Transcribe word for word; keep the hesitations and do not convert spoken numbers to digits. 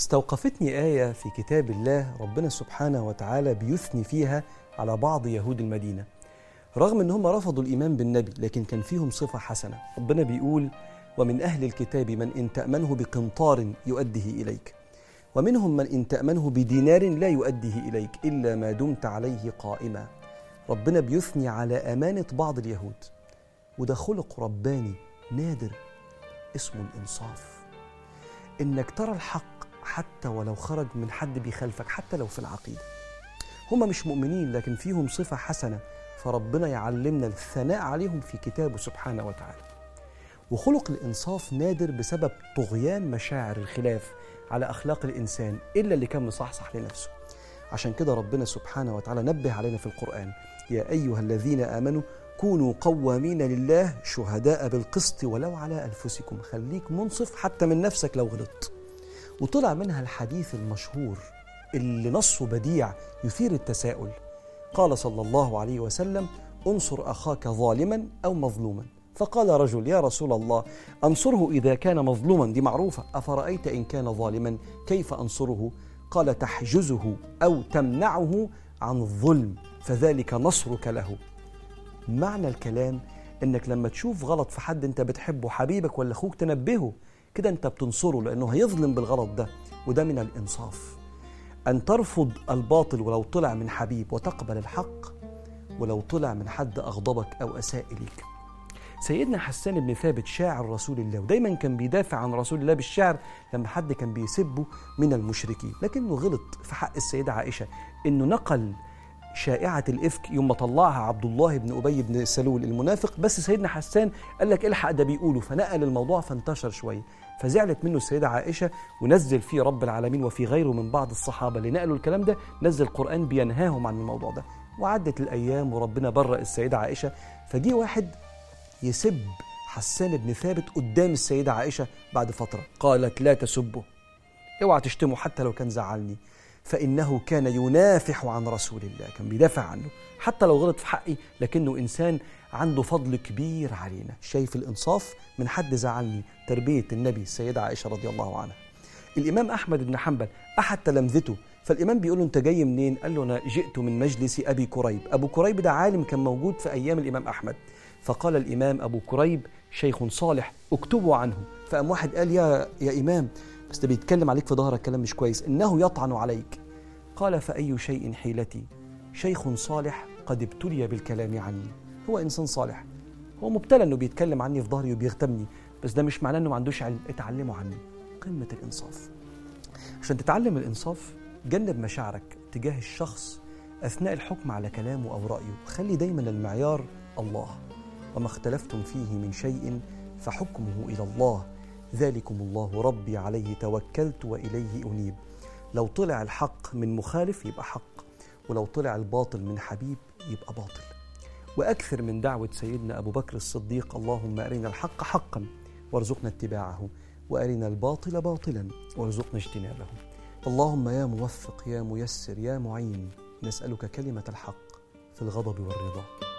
استوقفتني آية في كتاب الله ربنا سبحانه وتعالى بيثني فيها على بعض يهود المدينة، رغم أن هم رفضوا الإيمان بالنبي لكن كان فيهم صفة حسنة. ربنا بيقول: ومن أهل الكتاب من إن تأمنه بقنطار يؤديه إليك، ومنهم من إن تأمنه بدينار لا يؤديه إليك إلا ما دمت عليه قائما. ربنا بيثني على أمانة بعض اليهود، وده خلق رباني نادر اسمه الإنصاف، إنك ترى الحق حتى ولو خرج من حد بيخالفك، حتى لو في العقيدة. هم مش مؤمنين لكن فيهم صفة حسنة، فربنا يعلمنا الثناء عليهم في كتابه سبحانه وتعالى. وخلق الإنصاف نادر بسبب طغيان مشاعر الخلاف على أخلاق الإنسان إلا اللي كان مصحصح لنفسه. عشان كده ربنا سبحانه وتعالى نبه علينا في القرآن: يا أيها الذين آمنوا كونوا قوامين لله شهداء بالقسط ولو على أنفسكم. خليك منصف حتى من نفسك لو غلطت. وطلع منها الحديث المشهور اللي نصه بديع يثير التساؤل. قال صلى الله عليه وسلم: انصر أخاك ظالما أو مظلوما. فقال رجل: يا رسول الله، أنصره إذا كان مظلوما، دي معروفة، أفرأيت إن كان ظالما كيف أنصره؟ قال: تحجزه أو تمنعه عن الظلم فذلك نصرك له. معنى الكلام إنك لما تشوف غلط في حد أنت بتحبه، حبيبك ولا أخوك، تنبهه كده، أنت بتنصره لأنه هيظلم بالغلط ده. وده من الإنصاف، أن ترفض الباطل ولو طلع من حبيب، وتقبل الحق ولو طلع من حد أغضبك أو أساء إليك. سيدنا حسان بن ثابت شاعر رسول الله، ودايما كان بيدافع عن رسول الله بالشعر لما حد كان بيسبه من المشركين، لكنه غلط في حق السيدة عائشة إنه نقل شائعة الإفك يوم ما طلعها عبد الله بن أبي بن سلول المنافق. بس سيدنا حسان قال لك الحق ده بيقولوا، فنقل الموضوع فانتشر شوية، فزعلت منه السيدة عائشة ونزل فيه رب العالمين وفي غيره من بعض الصحابة اللي نقلوا الكلام ده، نزل القرآن بينهاهم عن الموضوع ده. وعدت الأيام وربنا برأ السيدة عائشة. فجي واحد يسب حسان بن ثابت قدام السيدة عائشة بعد فترة، قالت: لا تسبه، اوعى تشتمه حتى لو كان زعلني، فإنه كان ينافح عن رسول الله، كان بيدافع عنه حتى لو غلط في حقي، لكنه إنسان عنده فضل كبير علينا. شايف الإنصاف من حد زعلني، تربية النبي السيدة عائشة رضي الله عنها. الإمام أحمد بن حنبل أحد تلامذته، فالإمام بيقول له: أنت جاي منين؟ قال له: أنا جئت من مجلس أبي كريب. أبو كريب ده عالم كان موجود في أيام الإمام أحمد. فقال الإمام: أبو كريب شيخ صالح اكتبوا عنه. فقام واحد قال: يا يا إمام، بس ده بيتكلم عليك في ظهرك كلام مش كويس، إنه يطعن عليك. قال: فأي شيء حيلتي؟ شيخ صالح قد ابتلي بالكلام عني. هو إنسان صالح، هو مبتلى إنه بيتكلم عني في ظهري وبيغتمني، بس ده مش معناه إنه ما عندوش علم. اتعلموا عني. قمة الإنصاف. عشان تتعلم الإنصاف، جنب مشاعرك تجاه الشخص أثناء الحكم على كلامه أو رأيه. خلي دايما المعيار الله: وما اختلفتم فيه من شيء فحكمه إلى الله، ذلكم الله ربي عليه توكلت وإليه أنيب. لو طلع الحق من مخالف يبقى حق، ولو طلع الباطل من حبيب يبقى باطل. وأكثر من دعوة سيدنا أبو بكر الصديق: اللهم أرنا الحق حقا وارزقنا اتباعه، وأرنا الباطل باطلا وارزقنا اجتنابه. اللهم يا موفق يا ميسر يا معين، نسألك كلمة الحق في الغضب والرضا.